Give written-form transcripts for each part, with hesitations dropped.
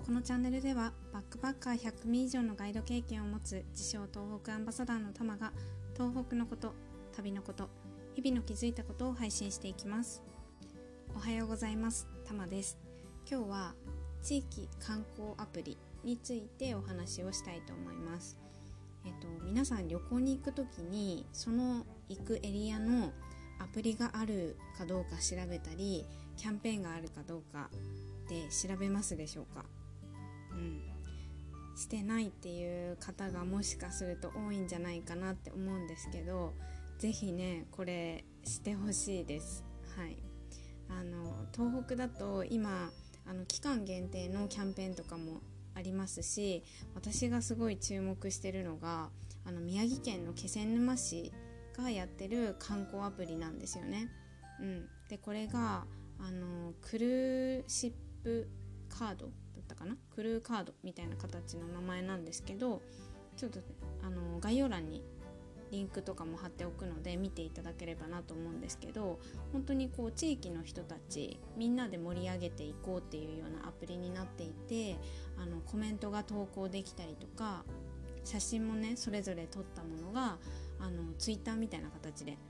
このチャンネルではバックパッカー100組以上のガイド経験を持つ自称東北アンバサダーのタマが東北のこと、旅のこと、日々の気づいたことを配信していきます。おはようございます。タマです。今日は地域観光アプリについてお話をしたいと思います。皆さん旅行に行くときにその行くエリアのアプリがあるかどうか調べたり、キャンペーンがあるかどうかで調べますでしょうか？してないっていう方がもしかすると多いんじゃないかなって思うんですけど、ぜひねこれしてほしいです。はい。東北だと今期間限定のキャンペーンとかもありますし、私がすごい注目してるのが宮城県の気仙沼市がやってる観光アプリなんですよね。でこれがクルーシップカードだったかな、クルーカードみたいな形の名前なんですけど、ちょっと概要欄にリンクとかも貼っておくので見ていただければなと思うんですけど、本当にこう地域の人たちみんなで盛り上げていこうっていうようなアプリになっていて、コメントが投稿できたりとか、写真もねそれぞれ撮ったものがツイッターみたいな形で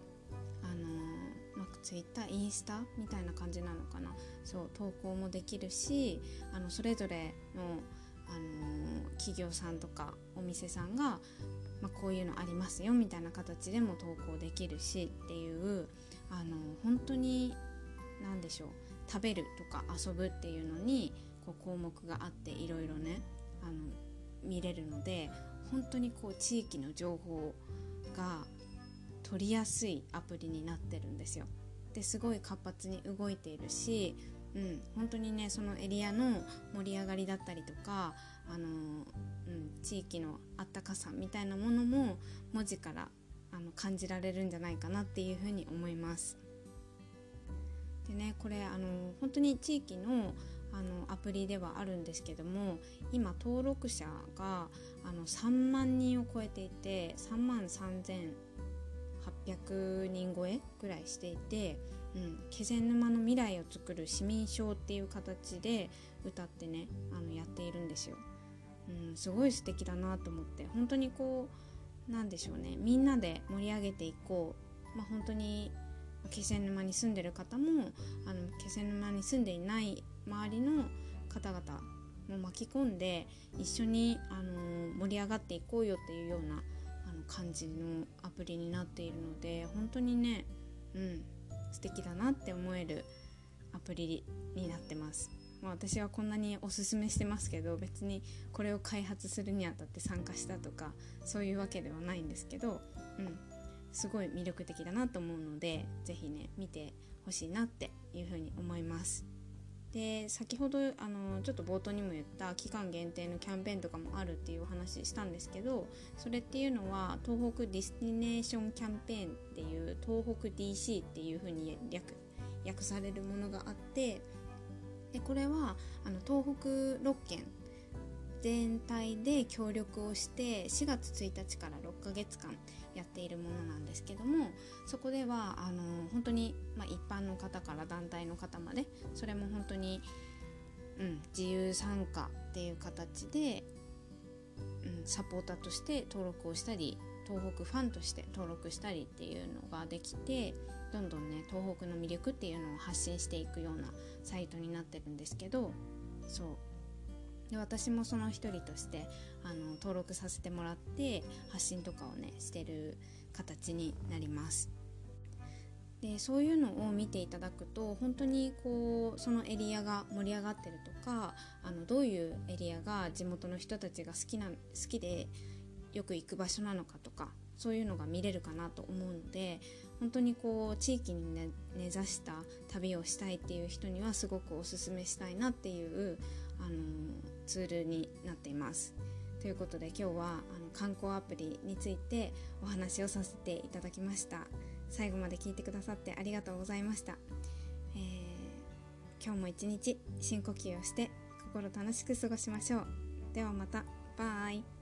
ツイッター、インスタみたいな感じなのかな、そう投稿もできるし、それぞれの、企業さんとかお店さんが、こういうのありますよみたいな形でも投稿できるしっていう本当に何でしょう、食べるとか遊ぶっていうのにこう項目があっていろいろね見れるので、本当にこう地域の情報が取りやすいアプリになってるんですよ。ですごい活発に動いているし、本当にねそのエリアの盛り上がりだったりとか地域のあったかさみたいなものも文字から感じられるんじゃないかなっていうふうに思います。でねこれ本当に地域のアプリではあるんですけども、今登録者が3万人を超えていて、3万3800人超えぐらいしていて、気仙沼の未来を作る市民賞っていう形で歌ってねやっているんですよ。すごい素敵だなと思って、本当にこうなんでしょうね、みんなで盛り上げていこう、本当に気仙沼に住んでる方も気仙沼に住んでいない周りの方々も巻き込んで一緒に盛り上がっていこうよっていうような感じのアプリになっているので、本当にね、素敵だなって思えるアプリになってます。私はこんなにおすすめしてますけど、別にこれを開発するにあたって参加したとかそういうわけではないんですけど、すごい魅力的だなと思うので、ぜひね見てほしいなっていうふうに思います。で先ほどちょっと冒頭にも言った期間限定のキャンペーンとかもあるっていうお話したんですけど、それっていうのは東北ディスティネーションキャンペーンっていう東北 DC っていう風に訳されるものがあって、でこれは東北6県全体で協力をして4月1日から6ヶ月間やっているものなんですけども、そこでは本当に、一般の方から団体の方まで、それも本当に、自由参加っていう形で、サポーターとして登録をしたり、東北ファンとして登録したりっていうのができて、どんどんね東北の魅力っていうのを発信していくようなサイトになってるんですけど、そうで私もその一人として登録させてもらって発信とかをねしてる形になります。でそういうのを見ていただくと、本当にこうそのエリアが盛り上がってるとか、どういうエリアが地元の人たちが好きでよく行く場所なのかとか、そういうのが見れるかなと思うので、本当にこう地域に根ざした旅をしたいっていう人にはすごくおすすめしたいなっていうツールになっています。ということで今日は観光アプリについてお話をさせていただきました。最後まで聞いてくださってありがとうございました。今日も一日深呼吸をして心楽しく過ごしましょう。ではまた。バイ。